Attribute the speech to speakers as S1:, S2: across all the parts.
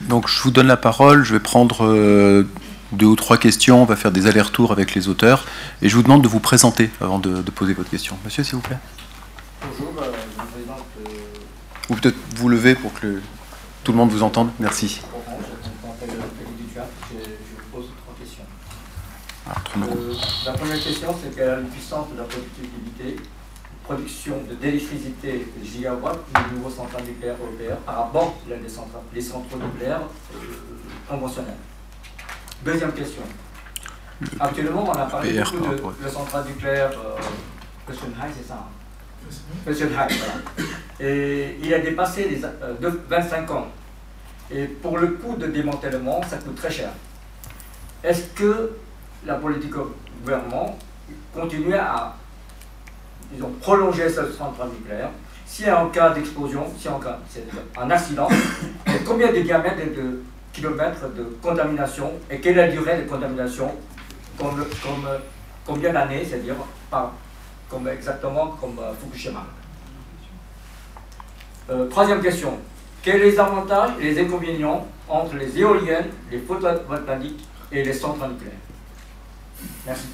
S1: Donc je vous donne la parole, je vais prendre 2 ou 3 questions, on va faire des allers-retours avec les auteurs, et je vous demande de vous présenter avant de poser votre question. Monsieur, s'il vous plaît.
S2: Bonjour, je me présente.
S1: Ou peut-être vous lever pour que tout le monde vous entende. Merci.
S2: Je m'appelle Félix Duchat, je vous pose 3 questions.
S1: Alors,
S2: la première question, c'est quelle est la puissance de la production d'électricité gigawatts des nouveaux centrales nucléaires européens par rapport les centrales nucléaires conventionnels. Deuxième question. Actuellement, on a parlé beaucoup de centrales nucléaires Fessenheim, c'est ça, Fessenheim, voilà. Et il a dépassé les 25 ans. Et pour le coût de démantèlement, ça coûte très cher. Est-ce que la politique du gouvernement continue à prolonger cette centrale nucléaire? S'il y a un cas d'explosion, si en cas un accident, combien de diamètres et de kilomètres de contamination et quelle est la durée de contamination, combien d'années, c'est-à-dire exactement comme Fukushima. Troisième question. Quels sont les avantages et les inconvénients entre les éoliennes, les photovoltaïques et les centrales nucléaires? Merci.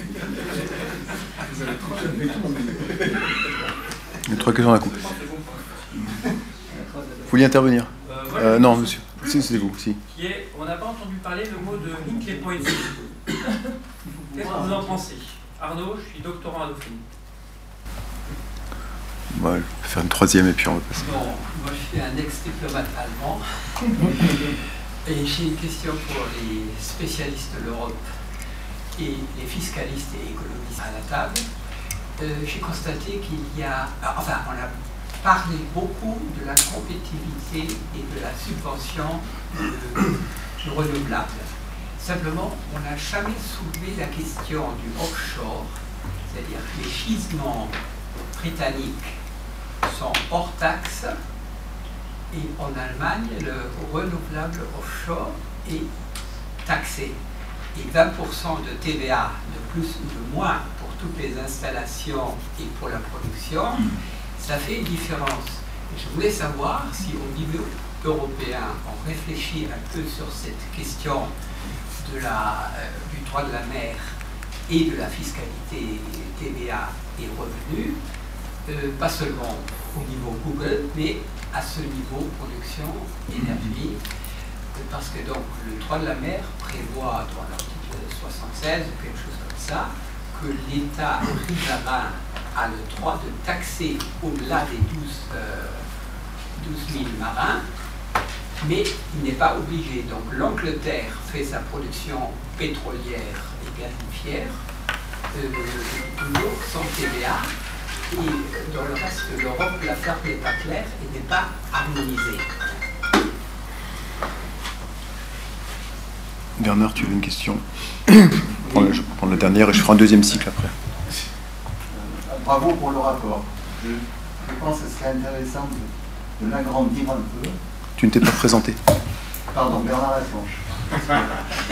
S1: Il y a 3 questions d'un coup. Vous vouliez intervenir non, monsieur. Si, c'est vous. Si.
S3: On n'a pas entendu parler le mot de Hinkley Point. Qu'est-ce que vous en pensez? Arnaud, je suis doctorant à Dauphine.
S1: Bon, je vais faire une 3e et puis on va passer.
S4: Bon, moi je suis un ex-diplomate allemand et j'ai une question pour les spécialistes de l'Europe et les fiscalistes et économistes à la table. J'ai constaté qu'il y a... Enfin, on a parlé beaucoup de la compétitivité et de la subvention du renouvelable. Simplement, on n'a jamais soulevé la question du offshore, c'est-à-dire que les gisements britanniques sont hors taxe et en Allemagne, le renouvelable offshore est taxé. Et 20% de TVA de plus ou de moins pour toutes les installations et pour la production, ça fait une différence. Et je voulais savoir si au niveau européen, on réfléchit un peu sur cette question de du droit de la mer et de la fiscalité TVA et revenus, pas seulement au niveau Google, mais à ce niveau production énergie. Parce que donc le droit de la mer prévoit dans l'article 76 ou quelque chose comme ça que l'État riverain a le droit de taxer au-delà des 12 000 marins, mais il n'est pas obligé. Donc l'Angleterre fait sa production pétrolière et gazinière toujours sans TVA, et dans le reste de l'Europe, l'affaire n'est pas claire et n'est pas harmonisée.
S1: Bernard, tu veux une question? Je vais prendre la dernière et je ferai un 2e cycle après.
S5: Bravo pour le rapport. Je pense que ce serait intéressant de l'agrandir un peu.
S1: Tu ne t'es pas présenté.
S5: Pardon, Bernard Laflanche.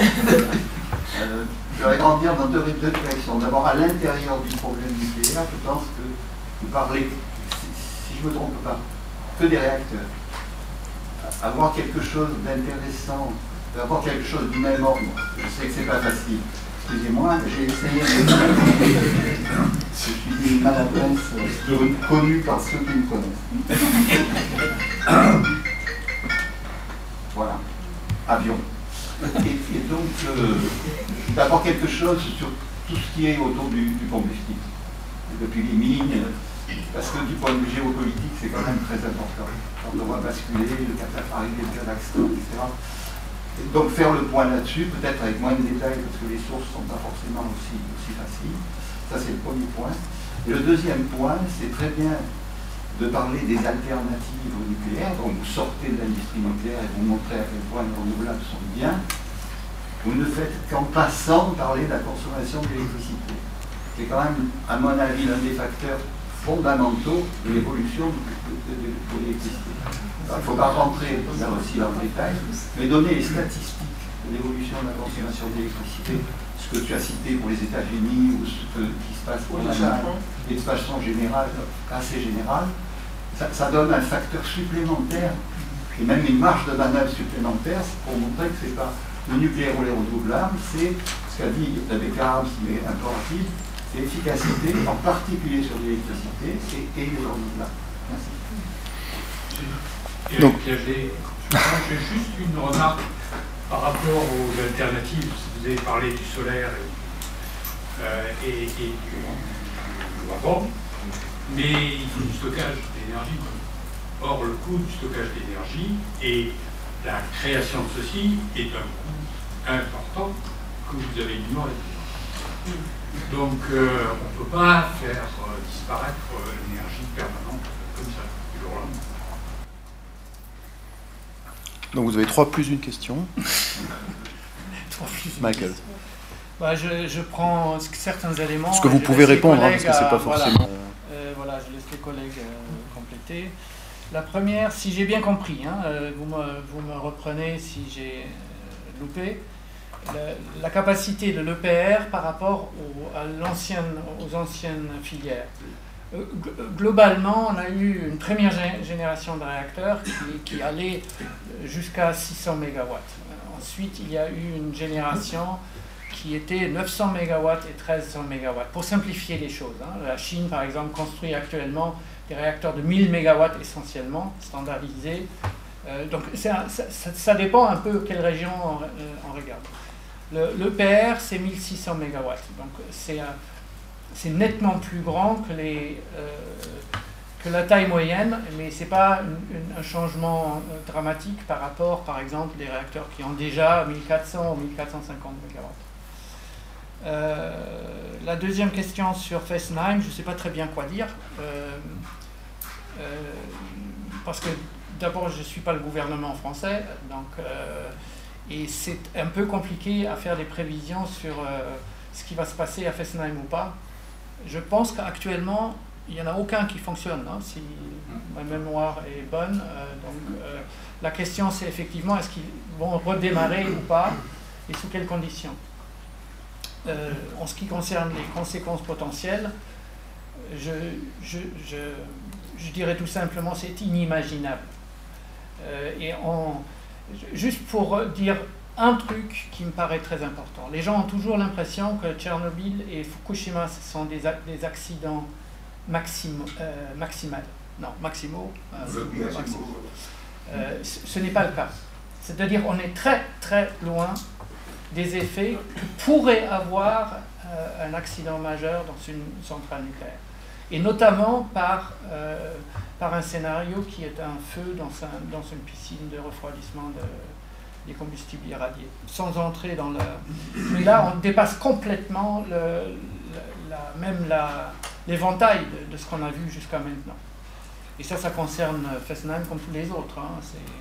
S5: Je vais agrandir dans deux directions. D'abord, à l'intérieur du problème nucléaire, je pense que vous parlez, si je ne me trompe pas, que des réacteurs. Avoir quelque chose d'intéressant, avoir quelque chose du même ordre, je sais que c'est pas facile. Excusez-moi, j'ai essayé de... Je suis une maladresse connue par ceux qui me connaissent. Voilà, avion. Et donc, d'abord quelque chose sur tout ce qui est autour du combustible. Depuis les mines, parce que du point de vue géopolitique, c'est quand même très important. Quand on va basculer, le Qatar arriver, le Kazakhstan, etc. Et donc faire le point là-dessus, peut-être avec moins de détails, parce que les sources ne sont pas forcément aussi faciles. Ça, c'est le premier point. Et le deuxième point, c'est très bien de parler des alternatives au nucléaire. Donc vous sortez de l'industrie nucléaire et vous montrez à quel point les renouvelables sont bien. Vous ne faites qu'en passant parler de la consommation d'électricité. C'est quand même, à mon avis, l'un des facteurs fondamentaux de l'évolution de l'électricité. Il ne faut pas rentrer là aussi dans le détail, mais donner les statistiques de l'évolution de la consommation d'électricité, ce que tu as cité pour les États-Unis ou ce qui se passe pour l'Allemagne, et de façon générale, assez générale, ça donne un facteur supplémentaire et même une marge de manœuvre supplémentaire pour montrer que c'est pas le nucléaire ou les renouvelables, c'est ce qu'a dit avec Arms, mais un peu rapide, c'est l'efficacité, en particulier sur l'électricité et les renouvelables. Merci.
S6: Donc, j'ai juste une remarque par rapport aux alternatives. Vous avez parlé du solaire et du wabon, mais il faut du stockage d'énergie. Or, le coût du stockage d'énergie et la création de ceci est un coût important que vous avez ignoré. Donc, on ne peut pas faire disparaître l'énergie permanente comme ça, du jour au lendemain.
S1: Donc vous avez 3 plus une question.
S7: 3 plus une
S1: Michael.
S7: question. Bah, je prends certains éléments.
S1: Parce que vous pouvez répondre, hein, parce que c'est pas forcément...
S7: Voilà, je laisse les collègues compléter. La première, si j'ai bien compris, hein, vous me reprenez si j'ai loupé, la capacité de l'EPR par rapport aux anciennes filières. Globalement, on a eu une première génération de réacteurs qui allait jusqu'à 600 MW. Ensuite, il y a eu une génération qui était 900 MW et 1300 MW. Pour simplifier les choses, hein, la Chine, par exemple, construit actuellement des réacteurs de 1000 MW essentiellement, standardisés. Donc ça dépend un peu quelle région on regarde. L'EPR, c'est 1600 MW. Donc c'est nettement plus grand que la taille moyenne, mais ce n'est pas un changement dramatique par rapport, par exemple, des réacteurs qui ont déjà 1400 ou 1450 MW. La deuxième question sur Fessenheim, je ne sais pas très bien quoi dire, parce que d'abord, je ne suis pas le gouvernement français, donc, et c'est un peu compliqué à faire des prévisions sur ce qui va se passer à Fessenheim ou pas. Je pense qu'actuellement, il n'y en a aucun qui fonctionne, hein, si ma mémoire est bonne. Donc, la question, c'est effectivement, est-ce qu'ils vont redémarrer ou pas, et sous quelles conditions. En ce qui concerne les conséquences potentielles, je dirais tout simplement, c'est inimaginable. Juste pour dire un truc qui me paraît très important. Les gens ont toujours l'impression que Tchernobyl et Fukushima, ce sont des accidents maximaux. Non, maximaux. Ce n'est pas le cas. C'est-à-dire qu'on est très très loin des effets que pourrait avoir un accident majeur dans une centrale nucléaire. Et notamment par un scénario qui est un feu dans une piscine de refroidissement des combustibles irradiés. Sans entrer dans le... Mais là, on dépasse complètement l'éventail de ce qu'on a vu jusqu'à maintenant. Et ça concerne Fessenheim comme tous les autres. Hein.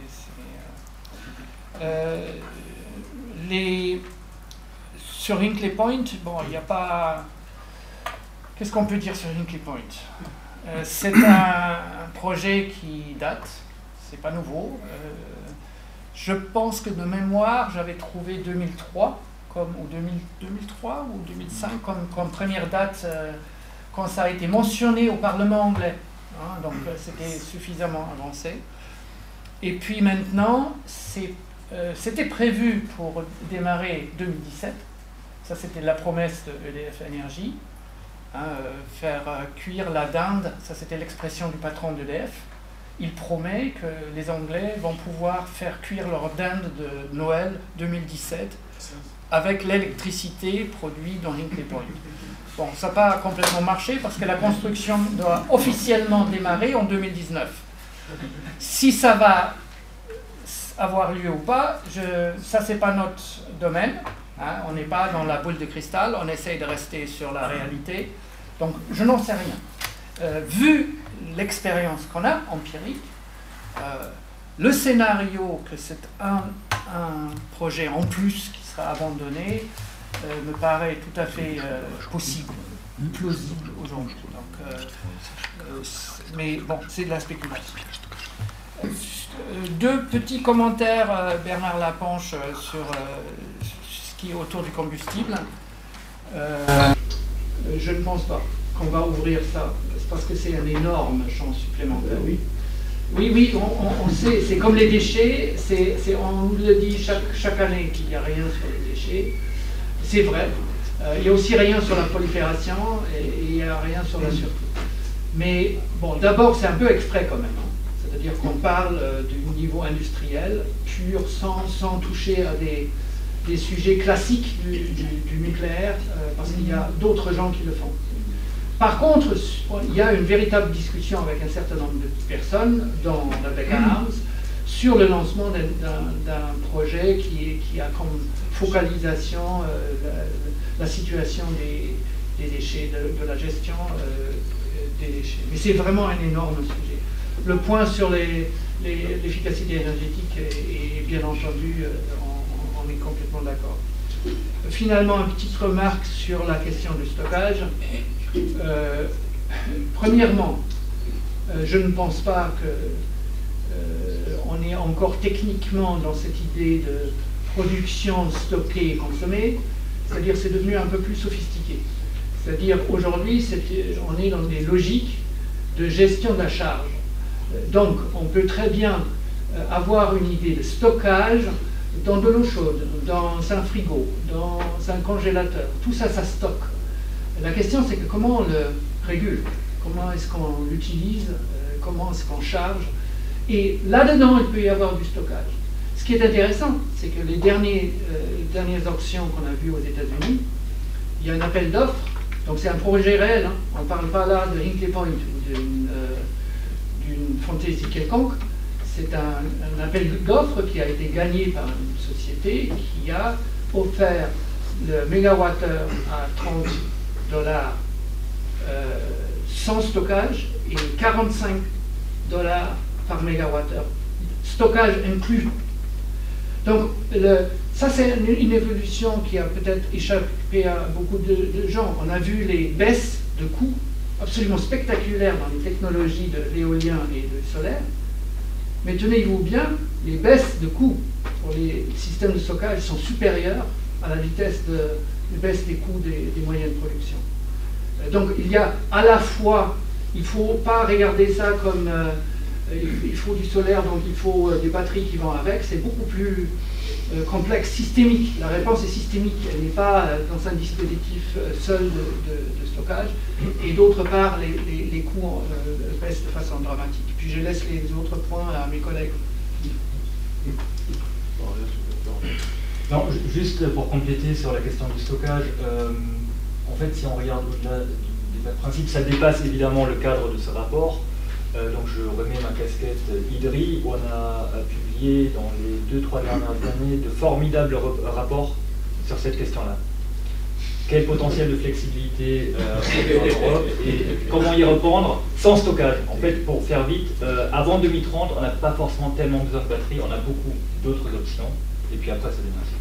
S7: Sur Hinkley Point, bon, il n'y a pas... Qu'est-ce qu'on peut dire sur Hinkley Point? C'est un projet qui date, c'est pas nouveau. Je pense que de mémoire, j'avais trouvé 2003, ou 2003 ou 2005 comme première date quand ça a été mentionné au Parlement anglais. Hein, donc c'était suffisamment avancé. Et puis maintenant, c'était prévu pour démarrer 2017. Ça, c'était la promesse de EDF Énergie. Hein, faire cuire la dinde, ça c'était l'expression du patron d'EDF. Il promet que les Anglais vont pouvoir faire cuire leur dinde de Noël 2017 avec l'électricité produite dans Hinkley Point. Bon, ça n'a pas complètement marché parce que la construction doit officiellement démarrer en 2019. Si ça va avoir lieu ou pas, ça c'est pas notre domaine. Hein, on n'est pas dans la boule de cristal, on essaye de rester sur la réalité. Donc je n'en sais rien. Vu l'expérience qu'on a, empirique, le scénario que c'est un projet en plus qui sera abandonné me paraît tout à fait possible, plausible aujourd'hui. Mais bon, c'est de la spéculation. Deux petits commentaires, Bernard Lapanche, sur ce qui est autour du combustible. Je ne pense pas qu'on va ouvrir ça, parce que c'est un énorme champ supplémentaire. Oui. Oui, on sait, c'est comme les déchets, on nous le dit chaque année qu'il n'y a rien sur les déchets. C'est vrai. Il n'y a aussi rien sur la prolifération et il n'y a rien sur la sûreté. Mais bon, d'abord, c'est un peu exprès quand même. Hein. C'est-à-dire qu'on parle du niveau industriel pur, sans toucher à des sujets classiques du nucléaire, parce qu'il y a d'autres gens qui le font. Par contre, il y a une véritable discussion avec un certain nombre de personnes dans la Beacon Arms sur le lancement d'un projet qui a comme focalisation la situation des déchets, de la gestion des déchets. Mais c'est vraiment un énorme sujet. Le point sur l'efficacité énergétique est bien entendu, on est complètement d'accord. Finalement, une petite remarque sur la question du stockage. Premièrement, je ne pense pas qu'on est encore techniquement dans cette idée de production, stockée et consommée, c'est-à-dire c'est devenu un peu plus sophistiqué. C'est-à-dire aujourd'hui, on est dans des logiques de gestion de la charge. Donc, on peut très bien avoir une idée de stockage dans de l'eau chaude, dans un frigo, dans un congélateur. Tout ça, ça stocke. La question, c'est que comment on le régule, comment est-ce qu'on l'utilise, comment est-ce qu'on charge. Et là-dedans, il peut y avoir du stockage. Ce qui est intéressant, c'est que les dernières auctions qu'on a vues aux États-Unis, il y a un appel d'offres, donc c'est un projet réel, hein. On ne parle pas là de Hinkley Point ou d'une fantaisie quelconque, c'est un appel d'offres qui a été gagné par une société qui a offert le mégawattheure à $30 sans stockage et $45 par mégawattheure, stockage inclus. Donc ça c'est une évolution qui a peut-être échappé à beaucoup de gens. On a vu les baisses de coûts absolument spectaculaires dans les technologies de l'éolien et du solaire, mais tenez-vous bien, les baisses de coûts pour les systèmes de stockage sont supérieures à la vitesse de baisse des coûts des moyens de production. Donc il y a à la fois, il ne faut pas regarder ça comme il faut du solaire, donc il faut des batteries qui vont avec, c'est beaucoup plus complexe, systémique. La réponse est systémique, elle n'est pas dans un dispositif seul de stockage. Et d'autre part, les coûts baissent de façon dramatique. Puis je laisse les autres points à mes collègues.
S8: Non, juste pour compléter sur la question du stockage, en fait, si on regarde au-delà des principes, ça dépasse évidemment le cadre de ce rapport. Donc je remets ma casquette IDRI, où on a publié dans les 2-3 dernières années de formidables rapports sur cette question-là. Quel potentiel de flexibilité en Europe et comment y répondre sans stockage. En fait, pour faire vite, avant 2030, on n'a pas forcément tellement besoin de batterie, on a beaucoup d'autres options, et puis après ça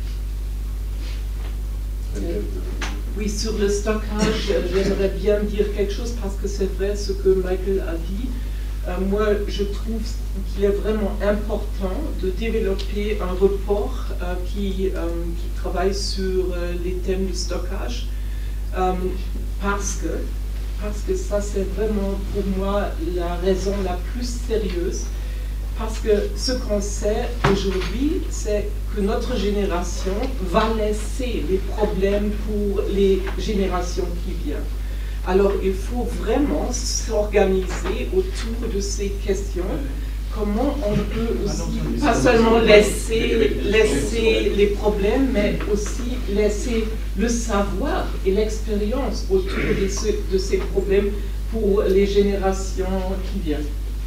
S8: démarre.
S9: Oui, sur le stockage, j'aimerais bien dire quelque chose parce que c'est vrai ce que Michael a dit. Moi, je trouve qu'il est vraiment important de développer un report qui travaille sur les thèmes du stockage parce que ça, c'est vraiment pour moi la raison la plus sérieuse. Parce que ce qu'on sait aujourd'hui, c'est que notre génération va laisser les problèmes pour les générations qui viennent. Alors il faut vraiment s'organiser autour de ces questions. Comment on peut aussi, pas seulement laisser les problèmes, mais aussi laisser le savoir et l'expérience autour de ces problèmes pour les générations qui viennent.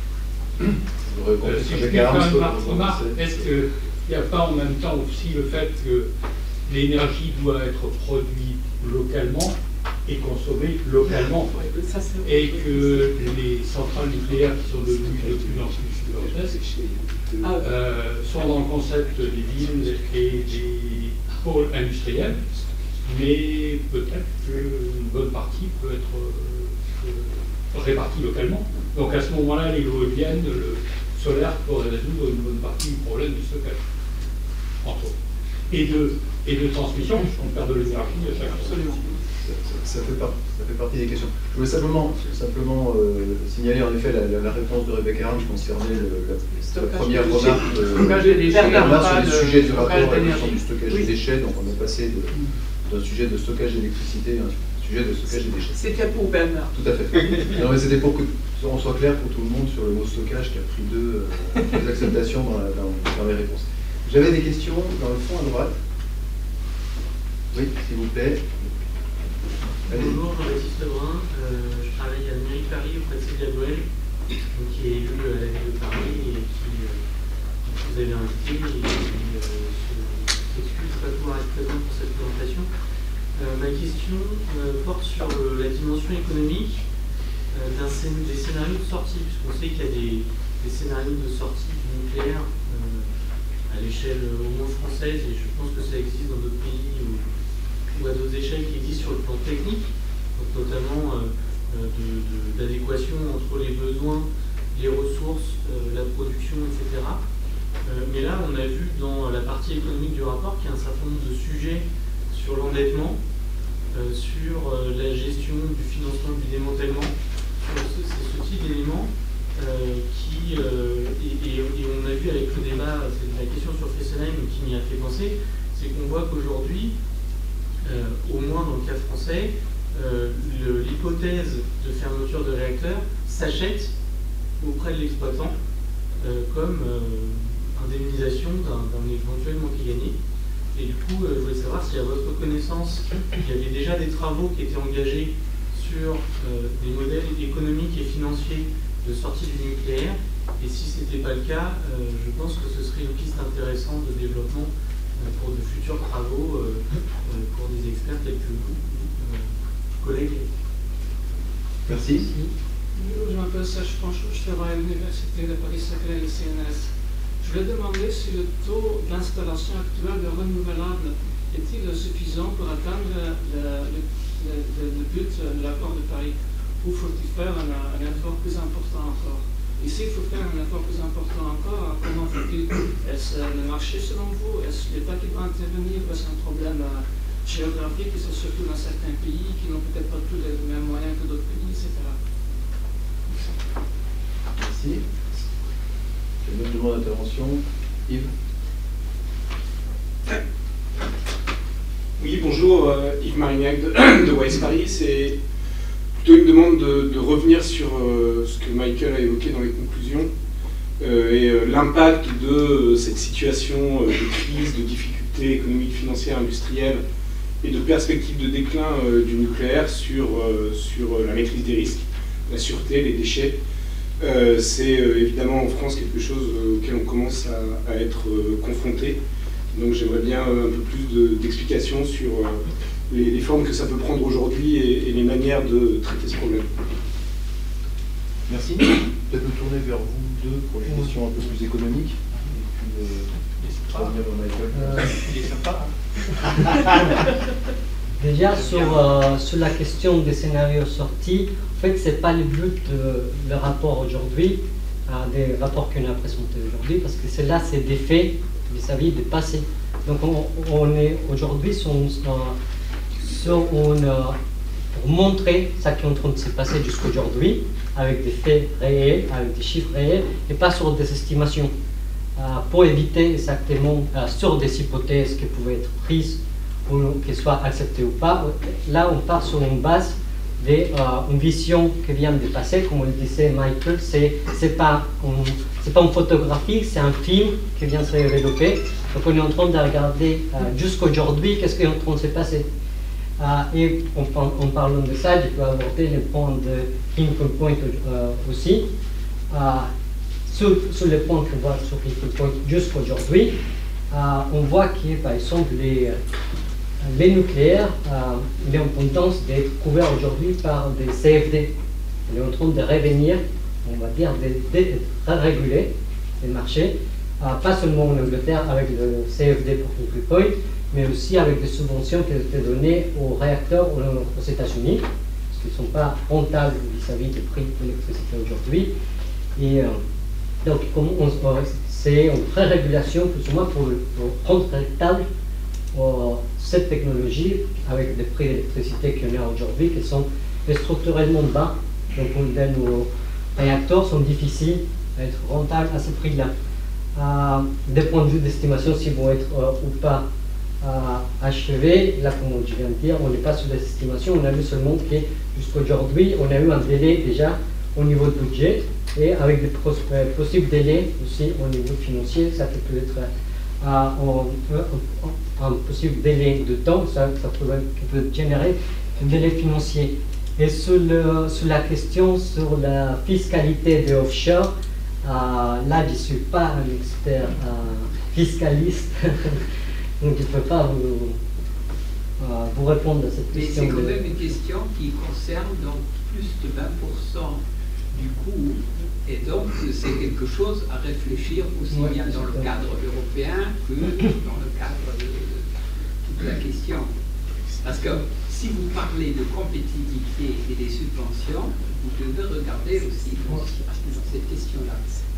S6: Si je peux faire une remarque, est-ce qu'il n'y a pas en même temps aussi le fait que l'énergie doit être produite localement et consommée localement, et que les centrales nucléaires qui sont devenues de plus en plus grotesques sont dans le concept des villes et des pôles industriels, mais peut-être qu'une bonne partie peut être répartie localement. Donc à ce moment-là, les éoliennes, le solaire pourrait résoudre une bonne partie du problème du stockage, entre autres. Et de transmission, on perd de l'énergie à chaque fois.
S7: Absolument.
S1: Ça fait partie des questions. Je voulais simplement signaler en effet la réponse de Rebecca Arndt concernait la première remarque sur le sujet du rapport à la question du stockage des déchets. Donc on est passé d'un sujet de stockage d'électricité à un sujet de stockage des déchets.
S9: C'était pour Bernard.
S1: Tout à fait. Non, mais c'était pour que on soit clair pour tout le monde sur le mot stockage qui a pris deux acceptations dans les réponses. J'avais des questions dans le fond à droite. Oui, s'il vous plaît.
S10: Bonjour, Jean-Baptiste Lebrun. Je travaille à la mairie de Paris auprès de Célia Boel, qui est élue à la ville de Paris et qui vous avez invité et qui s'excuse de ne pas pouvoir être présent pour cette présentation. Ma question porte sur la dimension économique des scénarios de sortie, puisqu'on sait qu'il y a des scénarios de sortie du nucléaire à l'échelle au moins française, et je pense que ça existe dans d'autres pays ou à d'autres échelles qui existent sur le plan technique, donc notamment d'adéquation entre les besoins, les ressources, la production, etc. Mais là, on a vu dans la partie économique du rapport qu'il y a un certain nombre de sujets sur l'endettement, sur la gestion du financement du démantèlement. C'est ce type d'éléments et on a vu avec le débat, c'est la question sur Fessenheim qui m'y a fait penser, c'est qu'on voit qu'aujourd'hui, au moins dans le cas français, l'hypothèse de fermeture de réacteurs s'achète auprès de l'exploitant comme indemnisation d'un éventuel manque à gagner. Et du coup, je voulais savoir si à votre connaissance, il y avait déjà des travaux qui étaient engagés sur des modèles économiques et financiers de sortie du nucléaire. Et si ce n'était pas le cas, je pense que ce serait une piste intéressante de développement pour de futurs travaux, pour des experts tels que vous, collègues.
S1: Merci.
S11: Bonjour, je m'appelle Serge Panchot, je travaille à l'Université de Paris-Saclay et CNRS. Je voulais demander si le taux d'installation actuel de renouvelables est-il suffisant pour atteindre le but de l'accord de Paris, ou faut-il faire un effort plus important encore? Et s'il faut faire un effort plus important encore, comment faut-il? Est-ce le marché selon vous? Est-ce l'État qui doit intervenir? Est-ce un problème géographique, surtout dans certains pays qui n'ont peut-être pas tous les mêmes moyens que d'autres pays, etc.
S1: Merci. J'ai une autre demande d'intervention. Yves.
S12: Oui, bonjour, Yves Marignac de Wise Paris. C'est plutôt une demande de revenir sur ce que Michael a évoqué dans les conclusions et l'impact de cette situation de crise, de difficultés économiques, financières, industrielles et de perspectives de déclin du nucléaire sur la maîtrise des risques, la sûreté, les déchets. C'est évidemment en France quelque chose auquel on commence à être confronté. Donc j'aimerais bien un peu plus d'explications sur les formes que ça peut prendre aujourd'hui et les manières de traiter ce problème.
S1: Merci. Peut-être me tourner vers vous deux pour les questions un peu plus économiques. Et puis revenir au Michael.
S7: Il est sympa.
S13: Déjà, sur la question des scénarios sortis, en fait, ce n'est pas le but de rapport aujourd'hui, des rapports qu'on a présentés aujourd'hui, parce que cela, c'est des faits vis-à-vis du passé. Donc, on est aujourd'hui pour montrer ce qui est en train de se passer jusqu'aujourd'hui, avec des faits réels, avec des chiffres réels, et pas sur des estimations, pour éviter exactement sur des hypothèses qui pouvaient être prises ou qu'elles soient acceptées ou pas. Là, on part sur une base d'une vision qui vient de passer, comme le disait Michael, c'est pas une photographie, c'est un film qui vient de se développer. Donc on est en train de regarder jusqu'aujourd'hui qu'est-ce qui est en train de se passer. Et en parlant de ça, je peux aborder le point de Hinkley Point aussi. Sur le point qu'on voit sur Hinkley Point jusqu'aujourd'hui, on voit que par exemple les nucléaires, il est en tendance d'être couverts aujourd'hui par des CFD. On est en train de revenir, on va dire, de réguler les marchés, pas seulement en Angleterre avec le CFD pour Hinkley Point, mais aussi avec des subventions qui ont été données aux réacteurs aux États-Unis, parce qu'ils ne sont pas rentables vis-à-vis des prix de l'électricité aujourd'hui. Et donc, c'est une pré-régulation plus ou moins pour rendre rentable cette technologie, avec des prix d'électricité qu'il y a aujourd'hui, qui sont structurellement bas. Donc nos réacteurs sont difficiles à être rentables à ce prix-là. Des points de vue d'estimation, s'ils vont être ou pas achevés, là comme je viens de dire, on n'est pas sur des estimations, on a vu seulement que jusqu'à aujourd'hui, on a eu un délai déjà au niveau de budget, et avec des possibles délais aussi au niveau financier, ça peut être un possible délai de temps, ça peut générer un délai financier. Et sur la question sur la fiscalité de offshore, là je ne suis pas un expert fiscaliste, donc je ne peux pas vous répondre à cette question.
S4: Mais c'est quand même une question qui concerne donc plus de 20% du coût, et donc c'est quelque chose à réfléchir aussi bien dans le cadre européen que dans le cadre de toute la question. Parce que si vous parlez de compétitivité et des subventions, vous devez regarder aussi cette question-là.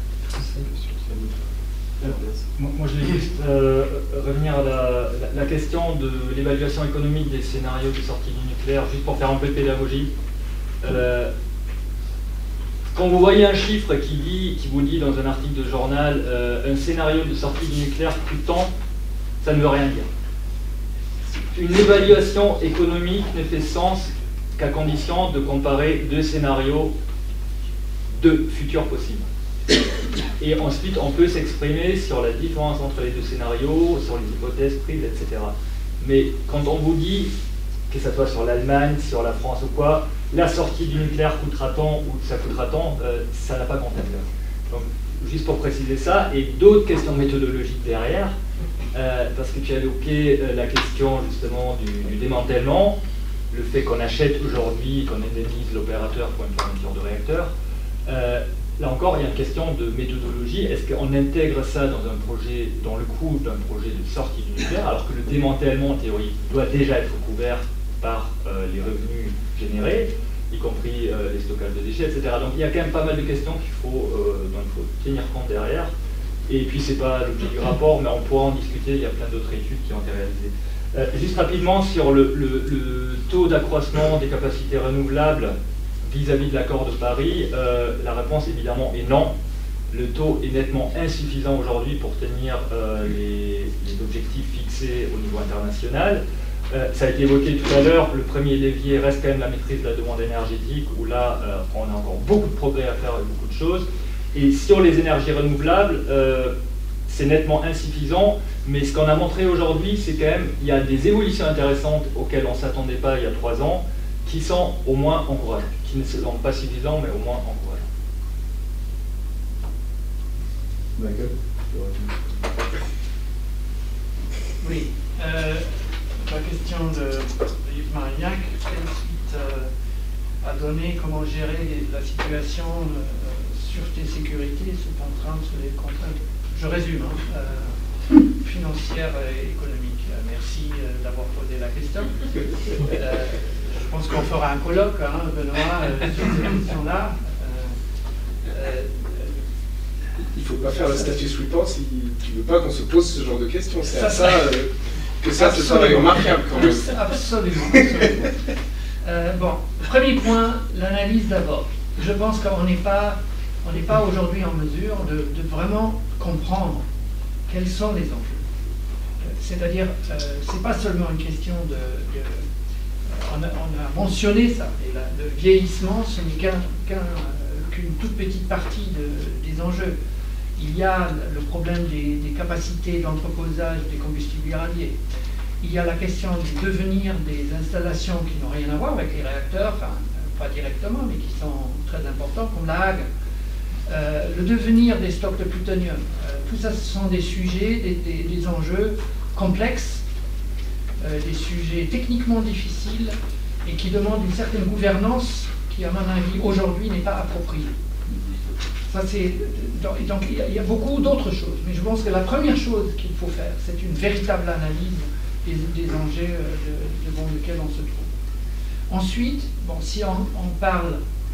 S8: Moi, je vais juste revenir à la question de l'évaluation économique des scénarios de sortie du nucléaire, juste pour faire un peu de pédagogie. Quand vous voyez un chiffre qui vous dit dans un article de journal un scénario de sortie du nucléaire coûte tant, ça ne veut rien dire. Une évaluation économique ne fait sens qu'à condition de comparer deux scénarios, deux futurs possibles. Et ensuite, on peut s'exprimer sur la différence entre les deux scénarios, sur les hypothèses prises, etc. Mais quand on vous dit, que ce soit sur l'Allemagne, sur la France ou quoi, la sortie du nucléaire coûtera tant ou ça coûtera tant, ça n'a pas grand intérêt. Donc, juste pour préciser ça, et d'autres questions méthodologiques derrière, parce que tu as évoqué la question justement du démantèlement, le fait qu'on achète aujourd'hui, qu'on indemnise l'opérateur pour une fourniture de réacteur. Là encore, il y a une question de méthodologie. Est-ce qu'on intègre ça dans un projet, dans le coût d'un projet de sortie du nucléaire, alors que le démantèlement, en théorie, doit déjà être couvert par les revenus générés, y compris les stockages de déchets, etc. Donc il y a quand même pas mal de questions dont il faut tenir compte derrière. Et puis c'est pas l'objet du rapport, mais on pourra en discuter, il y a plein d'autres études qui ont été réalisées. Juste rapidement sur le taux d'accroissement des capacités renouvelables vis-à-vis de l'accord de Paris, la réponse évidemment est non. Le taux est nettement insuffisant aujourd'hui pour tenir les objectifs fixés au niveau international. Ça a été évoqué tout à l'heure, le premier levier reste quand même la maîtrise de la demande énergétique, où là on a encore beaucoup de progrès à faire avec beaucoup de choses. Et sur les énergies renouvelables, c'est nettement insuffisant, mais ce qu'on a montré aujourd'hui, c'est quand même qu'il y a des évolutions intéressantes auxquelles on ne s'attendait pas il y a 3 ans, qui sont au moins encourageantes, qui ne sont pas suffisants, mais au moins encourageantes.
S1: Michael ?
S7: Oui. La question de Yves Marignac, quelle suite à donner, comment gérer la situation sûreté-sécurité sous contrainte, sous les contraintes, je résume, financières et économiques. Merci d'avoir posé la question. Je pense qu'on fera un colloque, Benoît, sur cette question-là.
S12: Il ne faut pas faire la statue sweepant si tu ne veux pas qu'on se pose ce genre de questions. C'est à ça que ça se travaille remarquable quand même.
S7: Absolument. Bon, premier point, l'analyse d'abord. Je pense qu'on n'est pas aujourd'hui en mesure de vraiment comprendre quels sont les enjeux. C'est-à-dire, c'est pas seulement une question on a mentionné ça, et le vieillissement, ce n'est qu'une toute petite partie des enjeux. Il y a le problème des capacités d'entreposage des combustibles irradiés. Il y a la question du devenir des installations qui n'ont rien à voir avec les réacteurs, enfin, pas directement, mais qui sont très importants, comme la Hague. Le devenir des stocks de plutonium. Tout ça, ce sont des sujets, des enjeux complexes, des sujets techniquement difficiles et qui demandent une certaine gouvernance qui, à mon avis, aujourd'hui n'est pas appropriée. Ça, donc il y a beaucoup d'autres choses, mais je pense que la première chose qu'il faut faire, c'est une véritable analyse des enjeux devant lesquels on se trouve. Ensuite, bon, si on parle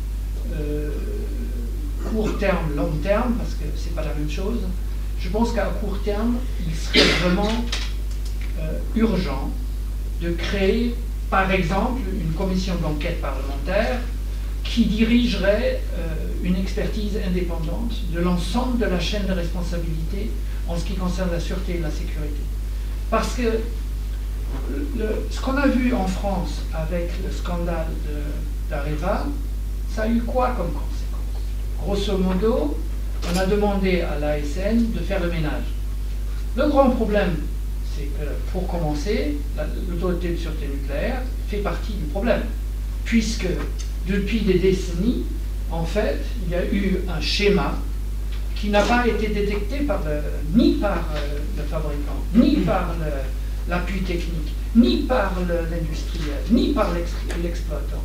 S7: court terme, long terme, parce que c'est pas la même chose, je pense qu'à court terme, il serait vraiment urgent de créer, par exemple, une commission d'enquête parlementaire qui dirigerait une expertise indépendante de l'ensemble de la chaîne de responsabilité en ce qui concerne la sûreté et la sécurité. Parce que ce qu'on a vu en France avec le scandale d'Areva, ça a eu quoi comme conséquence? Grosso modo, on a demandé à l'ASN de faire le ménage. Le grand problème, c'est que, pour commencer, l'autorité de sûreté nucléaire fait partie du problème, puisque depuis des décennies, en fait, il y a eu un schéma qui n'a pas été détecté ni par le fabricant, ni par l'appui technique, ni par l'industriel, ni par l'exploitant.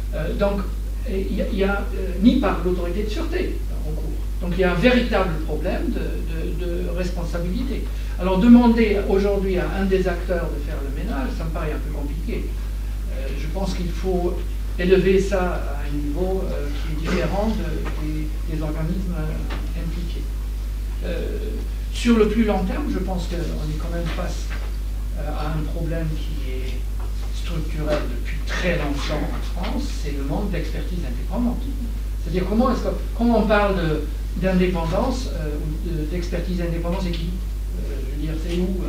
S7: Ni par l'autorité de sûreté en cours. Donc il y a un véritable problème de responsabilité. Alors demander aujourd'hui à un des acteurs de faire le ménage, ça me paraît un peu compliqué. Je pense qu'il faut élever ça à un niveau qui est différent des organismes impliqués. Sur le plus long terme, je pense qu'on est quand même face à un problème qui est structurel depuis très longtemps en France, c'est le manque d'expertise indépendante. C'est-à-dire comment on parle d'indépendance, d'expertise indépendante, c'est qui? Je veux dire, c'est où?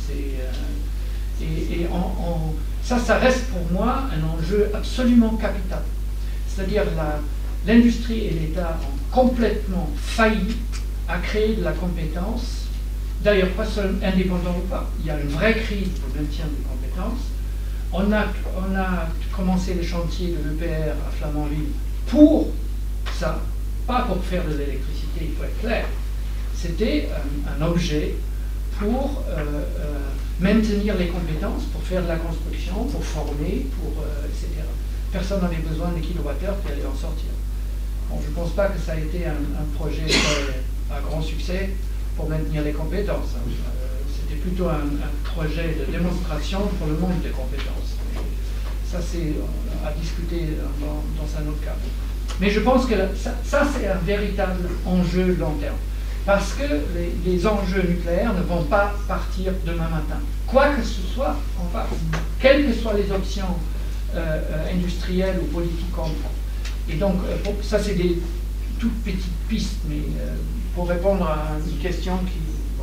S7: Ça reste pour moi un enjeu absolument capital. C'est-à-dire l'industrie et l'État ont complètement failli à créer de la compétence, d'ailleurs pas seulement indépendant ou pas, il y a une vraie crise de maintien des compétences. On a commencé le chantier de l'EPR à Flamanville pour ça, pas pour faire de l'électricité, il faut être clair. C'était un objet pour maintenir les compétences, pour faire de la construction, pour former, etc. Personne n'avait besoin des kilowattheures pour aller en sortir. Bon, je ne pense pas que ça a été un projet à grand succès pour maintenir les compétences. C'était plutôt un projet de démonstration pour le manque de compétences. Ça, c'est à discuter dans un autre cadre. Mais je pense que ça c'est un véritable enjeu long terme. Parce que les enjeux nucléaires ne vont pas partir demain matin. Quoi que ce soit en face, quelles que soient les options industrielles ou politiques qu'on prend. Et donc, ça c'est des toutes petites pistes, mais pour répondre à une question qui...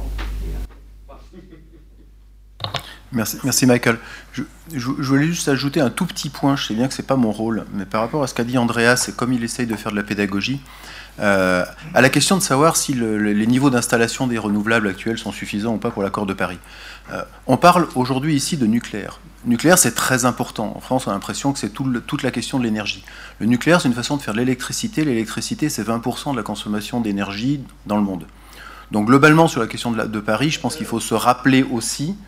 S1: Merci Michael. Je voulais juste ajouter un tout petit point, je sais bien que ce n'est pas mon rôle, mais par rapport à ce qu'a dit Andreas et comme il essaye de faire de la pédagogie, à la question de savoir si les niveaux d'installation des renouvelables actuels sont suffisants ou pas pour l'accord de Paris. On parle aujourd'hui ici de nucléaire. Le nucléaire, c'est très important. En France, on a l'impression que c'est toute la question de l'énergie. Le nucléaire, c'est une façon de faire de l'électricité. L'électricité, c'est 20% de la consommation d'énergie dans le monde. Donc globalement, sur la question de Paris, je pense qu'il faut se rappeler aussi...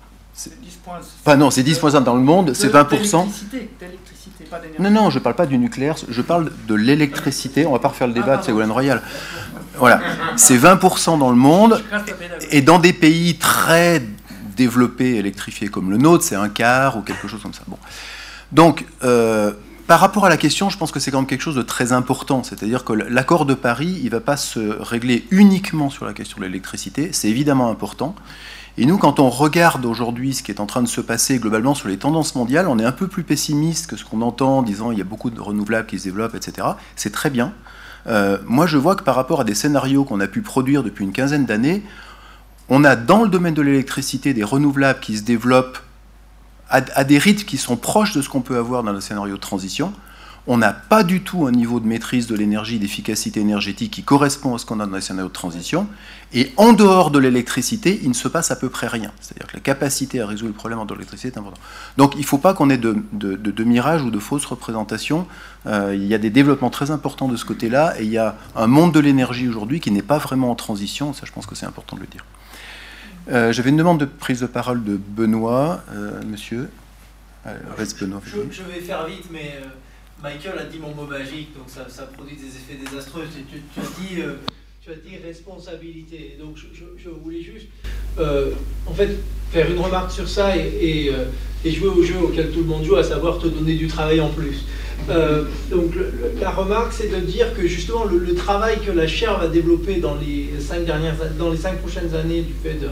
S1: non, c'est 10% dans le monde, c'est 20%.
S7: D'électricité, pas d'énergie.
S1: Non, je ne parle pas du nucléaire, je parle de l'électricité. On ne va pas refaire le débat de Ségolène Royal. Voilà, c'est 20% dans le monde, et dans des pays très développés, électrifiés comme le nôtre, c'est un quart ou quelque chose comme ça. Bon. Donc, par rapport à la question, je pense que c'est quand même quelque chose de très important. C'est-à-dire que l'accord de Paris, il ne va pas se régler uniquement sur la question de l'électricité, c'est évidemment important. Et nous, quand on regarde aujourd'hui ce qui est en train de se passer globalement sur les tendances mondiales, on est un peu plus pessimiste que ce qu'on entend en disant il y a beaucoup de renouvelables qui se développent, etc. C'est très bien. Moi, je vois que par rapport à des scénarios qu'on a pu produire depuis une quinzaine d'années, on a dans le domaine de l'électricité des renouvelables qui se développent à des rythmes qui sont proches de ce qu'on peut avoir dans le scénario de transition. On n'a pas du tout un niveau de maîtrise de l'énergie, d'efficacité énergétique qui correspond à ce qu'on a dans les scénarios de transition. Et en dehors de l'électricité, il ne se passe à peu près rien. C'est-à-dire que la capacité à résoudre le problème en dehors de l'électricité est importante. Donc il ne faut pas qu'on ait de mirages ou de fausses représentations. Il y a des développements très importants de ce côté-là, et il y a un monde de l'énergie aujourd'hui qui n'est pas vraiment en transition. Ça, je pense que c'est important de le dire. J'avais une demande de prise de parole de Benoît. Monsieur reste Benoît.
S14: Je vais faire vite, mais... Michael a dit mon mot magique, donc ça produit des effets désastreux. Tu as dit responsabilité. Donc je voulais juste en fait faire une remarque sur ça et jouer au jeu auquel tout le monde joue, à savoir te donner du travail en plus. Donc la remarque, c'est de dire que justement le travail que la chaire va développer dans les 5 prochaines années du fait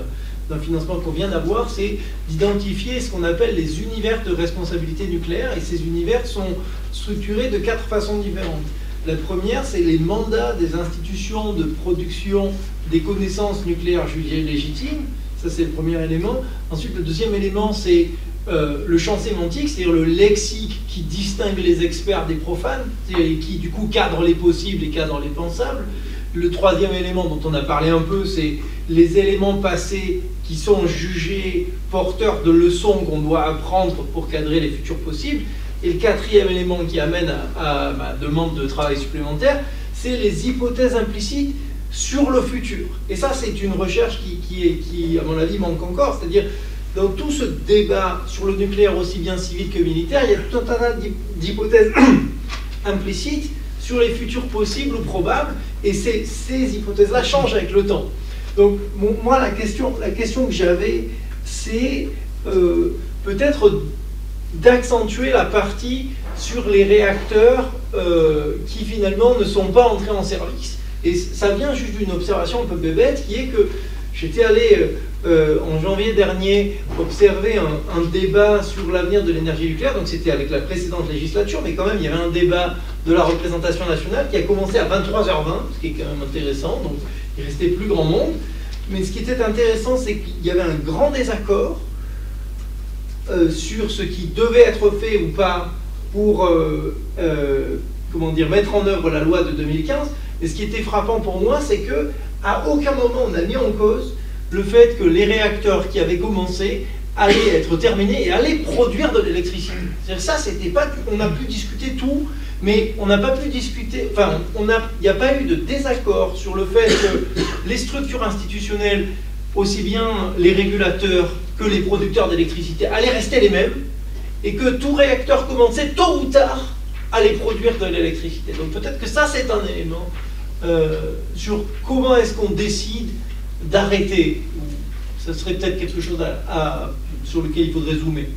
S14: d'un financement qu'on vient d'avoir, c'est d'identifier ce qu'on appelle les univers de responsabilité nucléaire, et ces univers sont structurés de 4 façons différentes. La première, c'est les mandats des institutions de production des connaissances nucléaires jugées légitimes. Ça, c'est le premier élément. Ensuite, le deuxième élément, c'est le champ sémantique, c'est-à-dire le lexique qui distingue les experts des profanes, et qui, du coup, cadre les possibles et cadre les pensables. Le troisième élément dont on a parlé un peu, c'est les éléments passés qui sont jugés porteurs de leçons qu'on doit apprendre pour cadrer les futurs possibles. Et le quatrième élément qui amène à ma demande de travail supplémentaire, c'est les hypothèses implicites sur le futur. Et ça, c'est une recherche qui, à mon avis, manque encore. C'est-à-dire, dans tout ce débat sur le nucléaire, aussi bien civil que militaire, il y a tout un tas d'hypothèses implicites sur les futurs possibles ou probables, et ces hypothèses-là changent avec le temps. Donc, moi, la question que j'avais, c'est peut-être d'accentuer la partie sur les réacteurs qui finalement ne sont pas entrés en service. Et ça vient juste d'une observation un peu bébête, qui est que j'étais allé en janvier dernier observer un débat sur l'avenir de l'énergie nucléaire, donc c'était avec la précédente législature, mais quand même il y avait un débat de la représentation nationale qui a commencé à 23h20, ce qui est quand même intéressant, donc il restait plus grand monde. Mais ce qui était intéressant, c'est qu'il y avait un grand désaccord sur ce qui devait être fait ou pas pour comment dire, mettre en œuvre la loi de 2015. Et ce qui était frappant pour moi, c'est que à aucun moment on a mis en cause le fait que les réacteurs qui avaient commencé allaient être terminés et allaient produire de l'électricité. C'est-à-dire ça, c'était pas, on a pu discuter tout, mais on n'a pas pu discuter, enfin, il n'y a pas eu de désaccord sur le fait que les structures institutionnelles, aussi bien les régulateurs que les producteurs d'électricité, allaient rester les mêmes, et que tout réacteur commencé, tôt ou tard, allait produire de l'électricité. Donc peut-être que ça, c'est un élément sur comment est-ce qu'on décide d'arrêter. Ce serait peut-être quelque chose sur lequel il faudrait zoomer.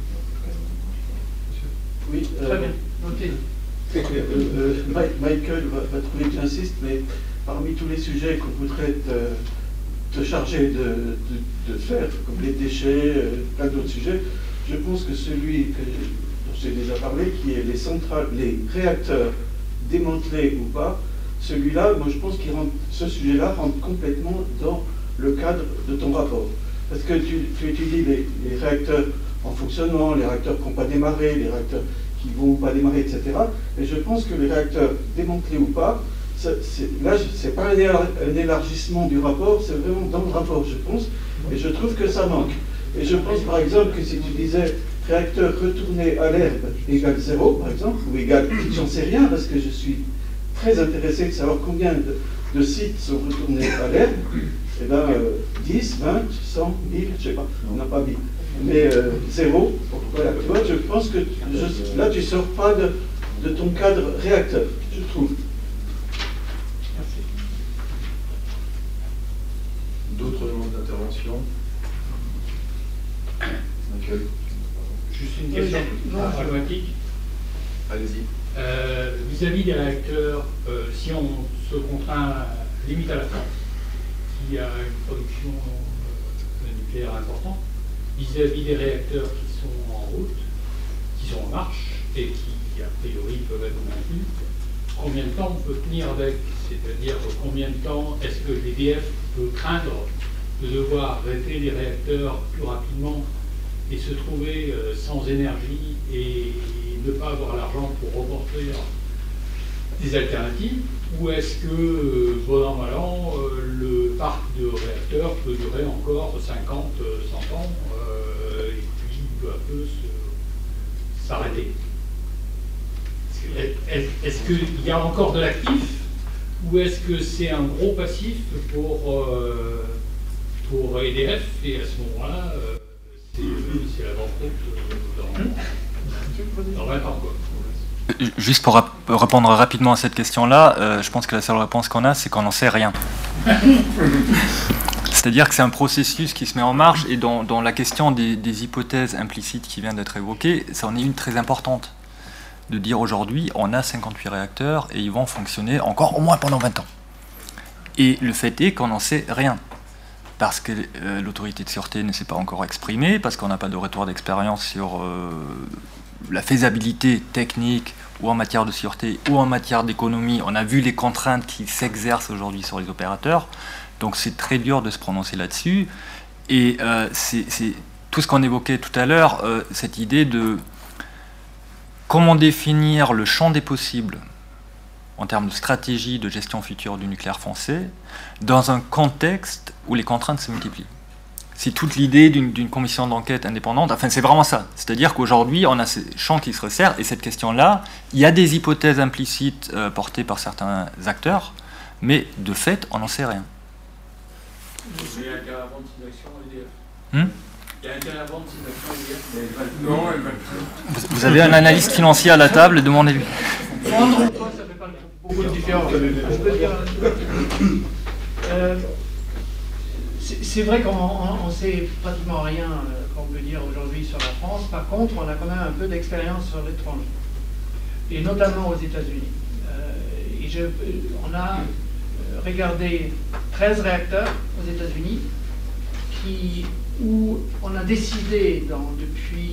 S15: Oui,
S14: très bien. Okay.
S15: Michael va trouver que j'insiste, mais parmi tous les sujets qu'on voudrait te charger de faire, comme les déchets, plein d'autres sujets, je pense que celui dont j'ai déjà parlé, qui est les réacteurs démantelés ou pas, celui-là, moi je pense que ce sujet-là rentre complètement dans le cadre de ton rapport. Parce que tu étudies les réacteurs en fonctionnement, les réacteurs qui n'ont pas démarré, les réacteurs qui ne vont pas démarrer, etc. Et je pense que les réacteurs démantelés ou pas, là, c'est pas un élargissement du rapport, c'est vraiment dans le rapport, je pense, et je trouve que ça manque. Et je pense par exemple que si tu disais réacteur retourné à l'herbe égale 0, par exemple, ou égale, j'en sais rien, parce que je suis très intéressé de savoir combien de sites sont retournés à l'herbe, et bien 10, 20, 100, 1000, je ne sais pas, on n'a pas 1000. Mais 0, voilà, tu vois, je pense que là tu ne sors pas de ton cadre réacteur, je trouve.
S1: Merci. D'autres demandes d'intervention? Michael.
S6: Juste une question pragmatique.
S1: Allez-y.
S6: Vis-à-vis des réacteurs, si on se contraint limite à la France, qui a une production nucléaire importante, vis-à-vis des réacteurs qui sont en route, qui sont en marche et qui, a priori, peuvent être maintenus, combien de temps on peut tenir avec? C'est-à-dire combien de temps est-ce que l'EDF peut craindre de devoir arrêter les réacteurs plus rapidement et se trouver sans énergie et ne pas avoir l'argent pour reconstruire des alternatives? Ou est-ce que, bon an, mal an, le parc de réacteurs peut durer encore 50, 100 ans et puis peu à peu s'arrêter? Est-ce qu'il y a encore de l'actif ou est-ce que c'est un gros passif pour EDF et à ce moment-là, c'est la banqueroute dans 20 ans, quoi?
S16: Juste pour répondre rapidement à cette question-là, je pense que la seule réponse qu'on a, c'est qu'on n'en sait rien. C'est-à-dire que c'est un processus qui se met en marche, et dans la question des hypothèses implicites qui vient d'être évoquée, ça en est une très importante. De dire aujourd'hui, on a 58 réacteurs et ils vont fonctionner encore au moins pendant 20 ans. Et le fait est qu'on n'en sait rien. parce que l'autorité de sûreté ne s'est pas encore exprimée, parce qu'on n'a pas de retour d'expérience sur la faisabilité technique, ou en matière de sûreté, ou en matière d'économie. On a vu les contraintes qui s'exercent aujourd'hui sur les opérateurs, donc c'est très dur de se prononcer là-dessus. Et c'est tout ce qu'on évoquait tout à l'heure, cette idée de comment définir le champ des possibles en termes de stratégie de gestion future du nucléaire français, dans un contexte où les contraintes se multiplient. C'est toute l'idée d'une commission d'enquête indépendante, enfin c'est vraiment ça. C'est-à-dire qu'aujourd'hui, on a ces champs qui se resserrent, et cette question-là, il y a des hypothèses implicites portées par certains acteurs, mais de fait, on n'en sait rien.
S6: Il y a intérêt à vendre ses actions EDF. Il y a intérêt à vendre ses actions EDF. Non, elle va plus.
S16: Vous avez un analyste financier à la table, demandez-lui.
S7: Vendre ou pas, ça fait pas beaucoup de différence. Je peux dire, c'est vrai qu'on ne sait pratiquement rien qu'on peut dire aujourd'hui sur la France. Par contre, on a quand même un peu d'expérience sur l'étranger, et notamment aux États-Unis. On a regardé 13 réacteurs aux États-Unis où on a décidé depuis,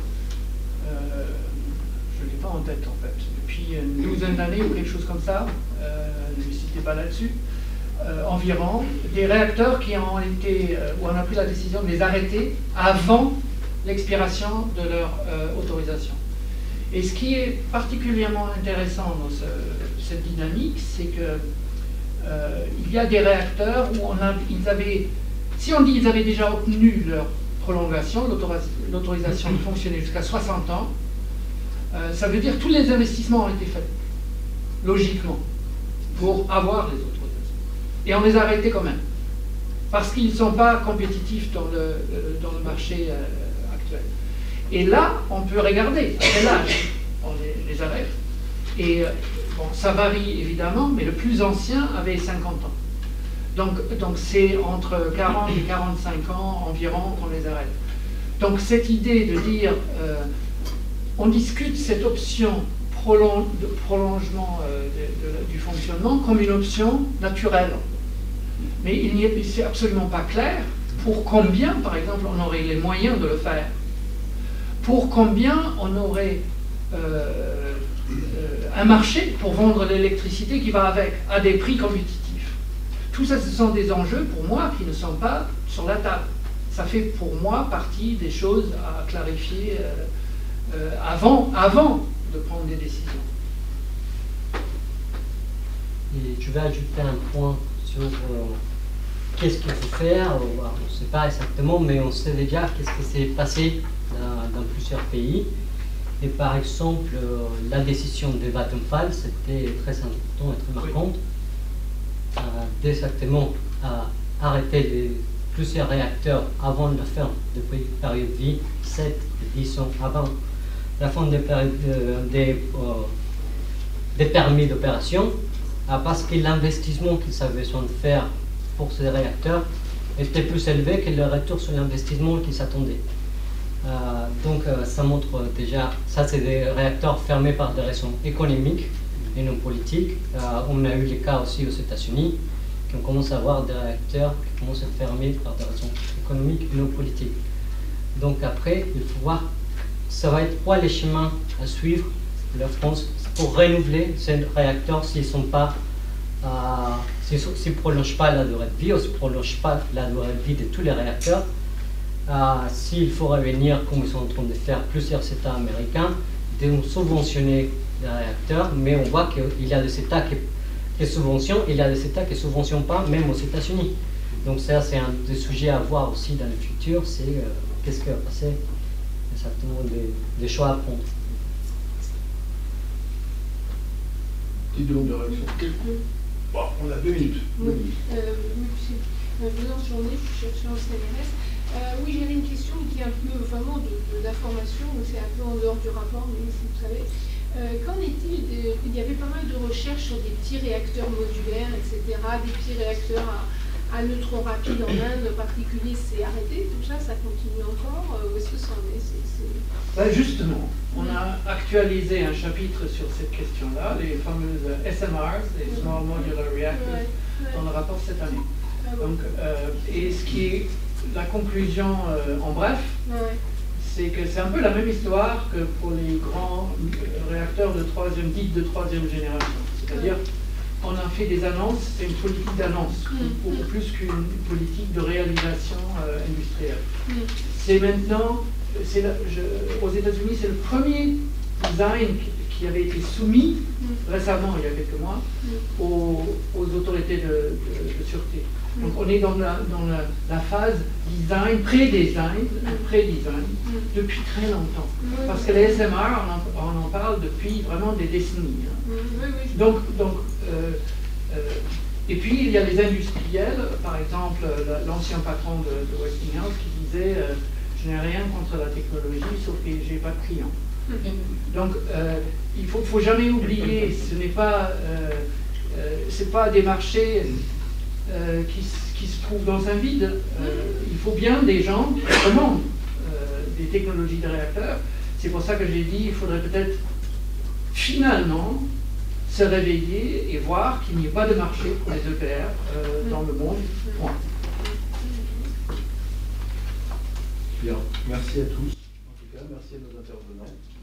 S7: je ne l'ai pas en tête en fait, depuis une douzaine d'années ou quelque chose comme ça, ne me citez pas là-dessus, environ, des réacteurs qui ont été, où on a pris la décision de les arrêter avant l'expiration de leur autorisation. Et ce qui est particulièrement intéressant dans cette dynamique, c'est que il y a des réacteurs où ils avaient, si on dit qu'ils avaient déjà obtenu leur prolongation, l'autorisation de fonctionner jusqu'à 60 ans, ça veut dire que tous les investissements ont été faits, logiquement, pour avoir les autorisations. Et on les a arrêtés quand même, parce qu'ils ne sont pas compétitifs dans le marché actuel. Et là, on peut regarder, à quel âge on les arrête. Et bon, ça varie évidemment, mais le plus ancien avait 50 ans. Donc c'est entre 40 et 45 ans environ qu'on les arrête. Donc cette idée de dire, on discute cette option de prolongement du fonctionnement comme une option naturelle. Mais c'est absolument pas clair pour combien, par exemple, on aurait les moyens de le faire. Pour combien on aurait un marché pour vendre l'électricité qui va avec, à des prix compétitifs. Tout ça, ce sont des enjeux, pour moi, qui ne sont pas sur la table. Ça fait, pour moi, partie des choses à clarifier avant de prendre des décisions.
S13: Et je vais ajouter un point sur qu'est-ce qu'il faut faire. On ne sait pas exactement, mais on sait déjà qu'est-ce qui s'est passé dans plusieurs pays. Et par exemple, la décision de Vattenfall, c'était très important et très marquante. Exactement à arrêter plusieurs réacteurs avant la fin de période de vie, 7 et 10 ans avant la fin des permis d'opération, parce que l'investissement qu'ils avaient besoin de faire pour ces réacteurs était plus élevé que le retour sur l'investissement qu'ils s'attendaient. Donc ça montre déjà, ça c'est des réacteurs fermés par des raisons économiques et non politiques. On a eu les cas aussi aux États-Unis, qu'on commence à avoir des réacteurs qui commencent à être fermés par des raisons économiques et non politiques. Donc après, il faut voir, ça va être quoi les chemins à suivre la France pour renouveler ces réacteurs s'ils sont pas, s'ils ne prolongent pas la durée de vie, ou s'ils ne prolongent pas la durée de vie de tous les réacteurs. S'il faut revenir, comme ils sont en train de faire plusieurs États américains, de subventionner les réacteurs, mais on voit qu'il y a des États qui subventionnent, il y a des États qui ne subventionnent pas, même aux États-Unis. Donc ça, c'est un des sujets à voir aussi dans le futur, c'est qu'est-ce qui va passer, exactement des choix à prendre.
S1: Petite demande de réaction. Bon, on a 2 minutes.
S17: Oui, bonne journée, je suis chercheur au CNRS. Oui, j'avais une question qui est un peu vraiment d'information, c'est un peu en dehors du rapport, mais si vous savez. Qu'en est-il il y avait pas mal de recherches sur des petits réacteurs modulaires, etc., des petits réacteurs à neutrons rapides en Inde en particulier, c'est arrêté, tout ça, ça continue encore, où est-ce que ça en est,
S7: Justement, on a actualisé un chapitre sur cette question-là, les fameuses SMRs, les Small Modular Reactors, dans le rapport cette année. Donc, et ce qui est la conclusion en bref, c'est que c'est un peu la même histoire que pour les grands réacteurs dits de troisième génération. C'est-à-dire, on a fait des annonces, c'est une politique d'annonce, beaucoup plus qu'une politique de réalisation industrielle. C'est maintenant, aux États-Unis, c'est le premier design qui avait été soumis récemment, il y a quelques mois, aux autorités de sûreté. Donc on est dans la phase design, pré-design, depuis très longtemps. Parce que les SMR, on en parle depuis vraiment des décennies. Donc, et puis il y a les industriels, par exemple l'ancien patron de Westinghouse qui disait je n'ai rien contre la technologie sauf que je n'ai pas de clients. Donc il ne faut jamais oublier, ce n'est pas, des marchés qui se trouvent dans un vide. Il faut bien des gens qui commandent des technologies de réacteurs. C'est pour ça que j'ai dit il faudrait peut-être finalement se réveiller et voir qu'il n'y ait pas de marché pour les EPR dans le monde. Point.
S1: Bien, merci à tous. En tout cas, merci à nos intervenants.